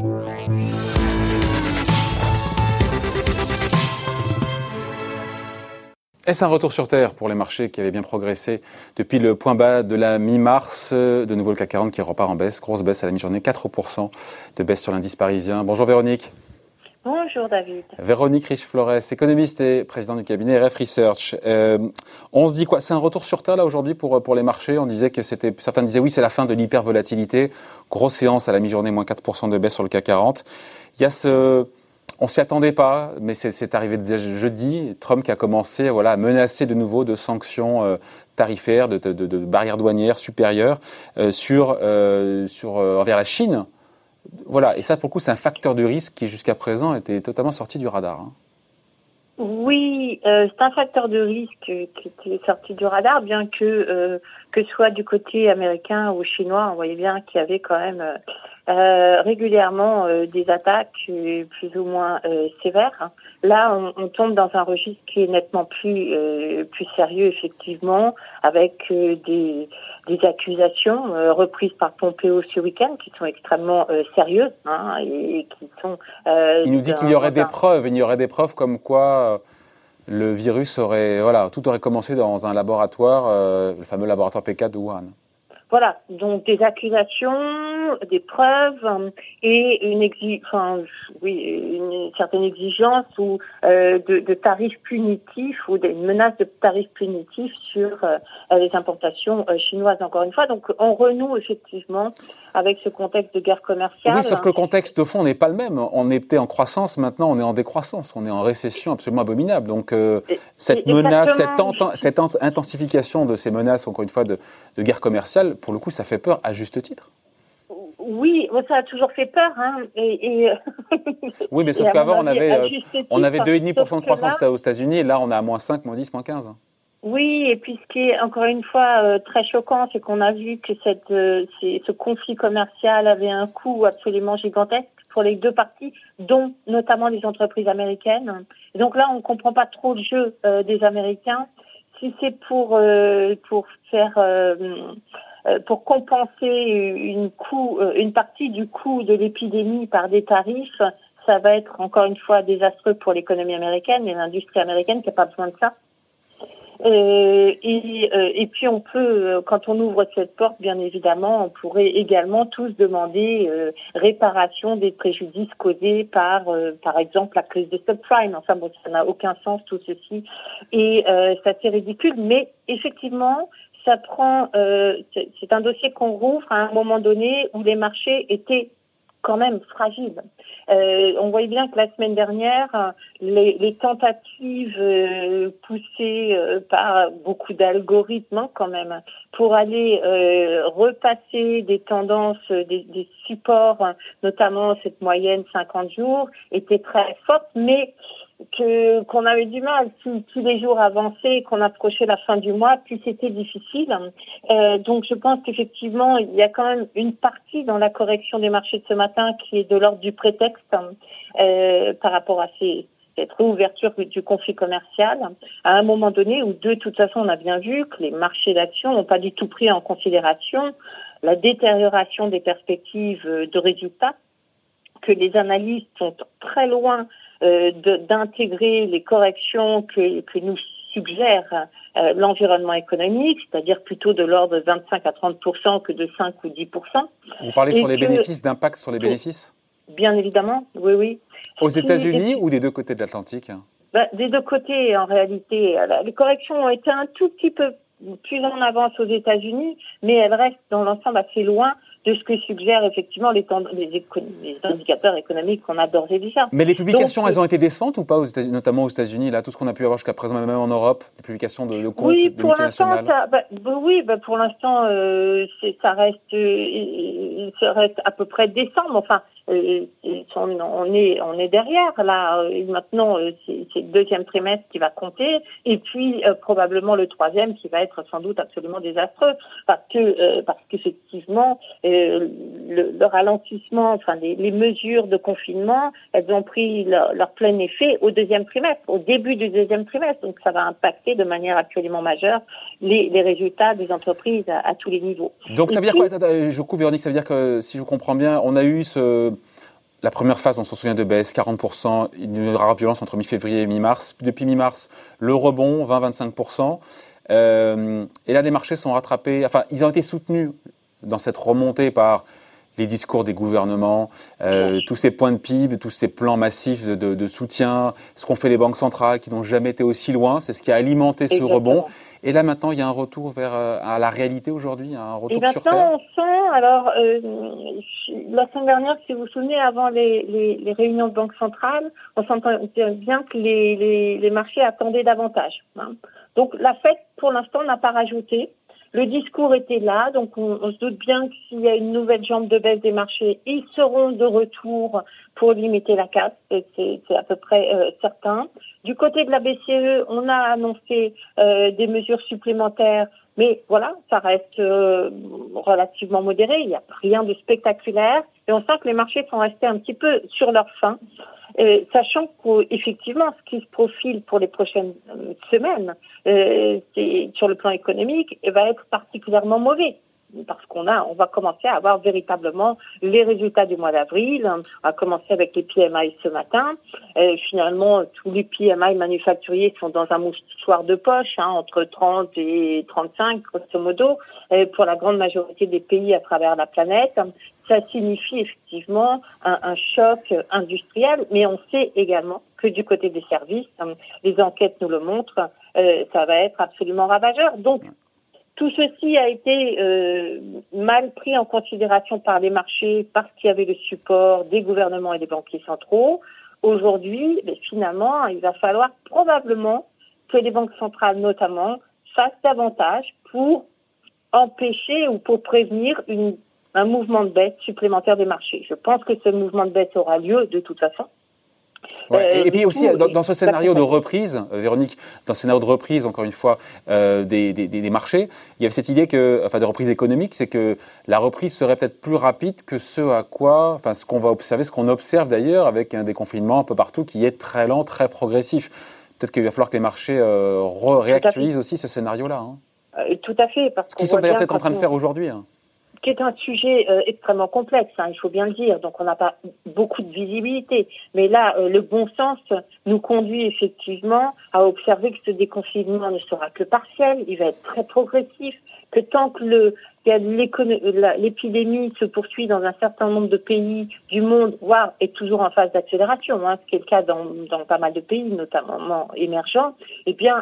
Est-ce un retour sur terre pour les marchés qui avaient bien progressé depuis le point bas de la mi-mars? De nouveau le CAC 40 qui repart en baisse, grosse baisse à la mi-journée, 4% de baisse sur l'indice parisien. Bonjour Véronique. Bonjour David. Véronique Riche-Flores, économiste et présidente du cabinet RF Research. On se dit quoi? C'est un retour sur terre là aujourd'hui pour les marchés? On disait que certains disaient oui, c'est la fin de l'hypervolatilité. Grosse séance à la mi-journée, moins 4% de baisse sur le CAC 40. Il y a on s'y attendait pas, mais c'est arrivé déjà jeudi. Trump qui a commencé à menacer de nouveau de sanctions tarifaires, de barrières douanières supérieures envers la Chine. Voilà, et ça pour le coup c'est un facteur de risque qui jusqu'à présent était totalement sorti du radar. Oui, c'est un facteur de risque qui était sorti du radar, bien que ce soit du côté américain ou chinois, on voyait bien qu'il y avait quand même régulièrement des attaques plus ou moins sévères. Là, on tombe dans un registre qui est nettement plus sérieux, effectivement, avec des accusations reprises par Pompeo ce week-end qui sont extrêmement sérieuses et qui sont. Il nous dit qu'il y aurait des preuves. Il y aurait des preuves comme quoi le virus tout aurait commencé dans un laboratoire, le fameux laboratoire P4 de Wuhan. Voilà, donc des accusations, des preuves et une certaine exigence ou de tarifs punitifs ou des menaces de tarifs punitifs sur les importations chinoises encore une fois. Donc on renoue effectivement avec ce contexte de guerre commerciale. Oui, sauf que le contexte de fond n'est pas le même. On était en croissance, maintenant on est en décroissance, on est en récession absolument abominable. Donc cette menace, cette intensification de ces menaces, encore une fois, de guerre commerciale, pour le coup, ça fait peur à juste titre. Oui, ça a toujours fait peur. Oui, mais sauf qu'avant, on avait 2,5% de croissance aux États-Unis, et là, on est à moins 5, moins 10, moins 15. Oui, et puis ce qui est encore une fois très choquant, c'est qu'on a vu que ce conflit commercial avait un coût absolument gigantesque pour les deux parties, dont notamment les entreprises américaines. Et donc là, on ne comprend pas trop le jeu des Américains. Si c'est pour compenser une partie du coût de l'épidémie par des tarifs, ça va être encore une fois désastreux pour l'économie américaine et l'industrie américaine qui n'a pas besoin de ça. Et puis on peut, quand on ouvre cette porte, bien évidemment, on pourrait également tous demander réparation des préjudices causés par exemple, la crise des subprimes. Enfin bon, ça n'a aucun sens tout ceci et c'est assez ridicule. Mais effectivement, ça prend. C'est un dossier qu'on rouvre à un moment donné où les marchés étaient quand même fragile. On voyait bien que la semaine dernière, les tentatives poussées par beaucoup d'algorithmes quand même pour aller repasser des tendances, des supports, notamment cette moyenne 50 jours, étaient très fortes, mais qu'on avait du mal. Plus les jours avançaient et qu'on approchait la fin du mois, plus c'était difficile. Donc je pense qu'effectivement, il y a quand même une partie dans la correction des marchés de ce matin qui est de l'ordre du prétexte par rapport à cette réouverture du conflit commercial, à un moment donné où de toute façon on a bien vu que les marchés d'actions n'ont pas du tout pris en considération la détérioration des perspectives de résultats, que les analystes sont très loin d'intégrer les corrections que nous suggère l'environnement économique, c'est-à-dire plutôt de l'ordre de 25 à 30% que de 5 ou 10%. Vous parlez sur les bénéfices, d'impact sur les bénéfices ? Bien évidemment, oui. Aux États-Unis ou des deux côtés de l'Atlantique ? Des deux côtés, en réalité. Les corrections ont été un tout petit peu plus en avance aux États-Unis, mais elles restent dans l'ensemble assez loin de ce que suggèrent effectivement les indicateurs économiques qu'on a d'ores et déjà. Mais les publications, elles ont été décevantes ou pas, notamment aux États-Unis, là, tout ce qu'on a pu avoir jusqu'à présent, même en Europe, les publications de comptes de multinationales. Pour l'instant, ça reste à peu près décembre. Enfin, on est derrière là. Maintenant, c'est le deuxième trimestre qui va compter, et puis probablement le troisième qui va être sans doute absolument désastreux, parce qu'effectivement le ralentissement, enfin les mesures de confinement, elles ont pris leur plein effet au deuxième trimestre, au début du deuxième trimestre. Donc ça va impacter de manière absolument majeure les résultats des entreprises à tous les niveaux. Donc ça veut dire quoi ? Je coupe, Véronique, ça veut dire que si je comprends bien, on a eu La première phase, on s'en souvient de baisse, 40%, une rare violence entre mi-février et mi-mars. Depuis mi-mars, le rebond, 20-25%. Et là, les marchés sont rattrapés, enfin, ils ont été soutenus dans cette remontée par les discours des gouvernements, tous ces points de PIB, tous ces plans massifs de soutien, ce qu'ont fait les banques centrales qui n'ont jamais été aussi loin, c'est ce qui a alimenté ce rebond. Et là maintenant, il y a un retour vers à la réalité aujourd'hui, un retour sur terre. Et maintenant, on sent, alors, la semaine dernière, si vous vous souvenez, avant les réunions de banque centrale, on sentait bien que les marchés attendaient davantage. Hein. Donc la Fed, pour l'instant, n'a pas rajouté. Le discours était là, donc on se doute bien que s'il y a une nouvelle jambe de baisse des marchés, ils seront de retour pour limiter la casse, c'est à peu près certain. Du côté de la BCE, on a annoncé des mesures supplémentaires, mais voilà, ça reste relativement modéré, il n'y a rien de spectaculaire, et on sent que les marchés sont restés un petit peu sur leur faim. Sachant qu'effectivement, ce qui se profile pour les prochaines semaines, sur le plan économique, va être particulièrement mauvais. Parce on va commencer à avoir véritablement les résultats du mois d'avril. On va commencer avec les PMI ce matin. Finalement, tous les PMI manufacturiers sont dans un mouchoir de poche, entre 30 et 35, grosso modo, pour la grande majorité des pays à travers la planète. Ça signifie effectivement un choc industriel, mais on sait également que du côté des services, les enquêtes nous le montrent, ça va être absolument ravageur. Donc, tout ceci a été mal pris en considération par les marchés parce qu'il y avait le support des gouvernements et des banquiers centraux. Aujourd'hui, finalement, il va falloir probablement que les banques centrales, notamment, fassent davantage pour empêcher ou pour prévenir un mouvement de baisse supplémentaire des marchés. Je pense que ce mouvement de baisse aura lieu de toute façon. Ouais. Et puis aussi, dans ce scénario de reprise, Véronique, dans ce scénario de reprise, encore une fois, des marchés, il y avait cette idée de reprise économique, c'est que la reprise serait peut-être plus rapide que ce qu'on va observer, ce qu'on observe d'ailleurs avec un déconfinement un peu partout qui est très lent, très progressif. Peut-être qu'il va falloir que les marchés réactualisent aussi ce scénario-là. Tout à fait. Parce ce qu'ils sont d'ailleurs peut-être en train de faire aujourd'hui. Qui est un sujet extrêmement complexe, il faut bien le dire. Donc, on n'a pas beaucoup de visibilité. Mais là, le bon sens nous conduit effectivement à observer que ce déconfinement ne sera que partiel. Il va être très progressif. Que tant que l'épidémie se poursuit dans un certain nombre de pays du monde, voire est toujours en phase d'accélération, ce qui est le cas dans pas mal de pays, notamment émergents, eh bien,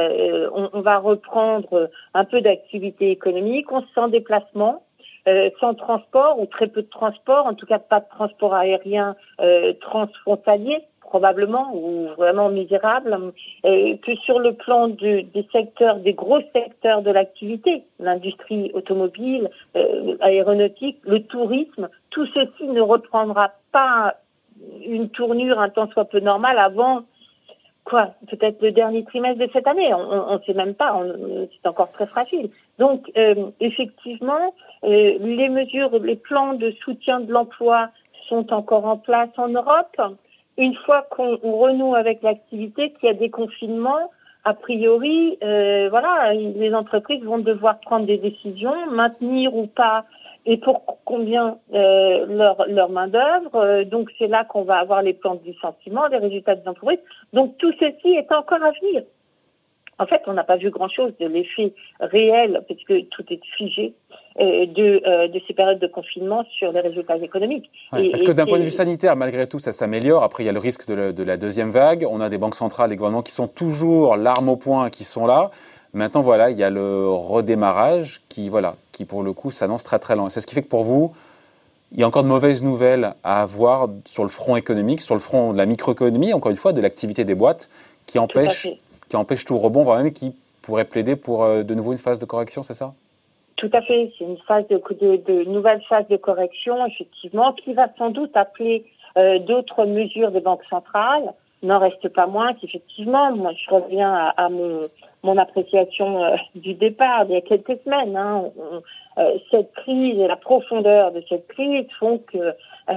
on va reprendre un peu d'activité économique, sans déplacement. Sans transport ou très peu de transport, en tout cas pas de transport aérien transfrontalier probablement ou vraiment misérable, que sur le plan des secteurs, des gros secteurs de l'activité, l'industrie automobile, aéronautique, le tourisme, tout ceci ne reprendra pas une tournure un tant soit peu normale avant peut-être le dernier trimestre de cette année, on ne sait même pas, c'est encore très fragile. Donc, effectivement, les mesures, les plans de soutien de l'emploi sont encore en place en Europe. Une fois qu'on renoue avec l'activité, qu'il y a des confinements, a priori, les entreprises vont devoir prendre des décisions, maintenir ou pas, et pour combien leur main-d'œuvre. Donc c'est là qu'on va avoir les plans de licenciement, les résultats des entreprises. Donc tout ceci est encore à venir. En fait, on n'a pas vu grand-chose de l'effet réel, puisque tout est figé, de ces périodes de confinement sur les résultats économiques. Ouais, parce que d'un point de vue sanitaire, malgré tout, ça s'améliore. Après, il y a le risque de la deuxième vague. On a des banques centrales, des gouvernements qui sont toujours l'arme au poing, qui sont là. Maintenant, il y a le redémarrage qui pour le coup s'annonce très très lent. Et c'est ce qui fait que pour vous, il y a encore de mauvaises nouvelles à avoir sur le front économique, sur le front de la microéconomie, encore une fois, de l'activité des boîtes, qui empêche tout rebond, voire même qui pourrait plaider pour de nouveau une phase de correction, c'est ça ? Tout à fait, c'est une phase de nouvelle phase de correction, effectivement, qui va sans doute appeler d'autres mesures des banques centrales. N'en reste pas moins qu'effectivement, moi je reviens à mon appréciation du départ il y a quelques semaines. Cette crise et la profondeur de cette crise font que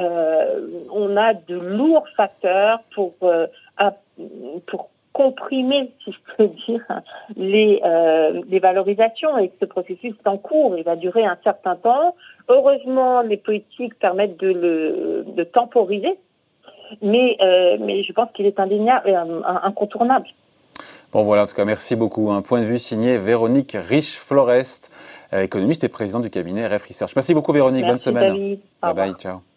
on a de lourds facteurs pour comprimer, si je peux dire, les valorisations, et que ce processus est en cours. Il va durer un certain temps. Heureusement, les politiques permettent de temporiser, mais je pense qu'il est indéniable, incontournable. Bon voilà, en tout cas, merci beaucoup. Un point de vue signé Véronique Riche-Florest, économiste et présidente du cabinet RF Research. Merci beaucoup Véronique, bonne semaine. David. Bye bye, ciao.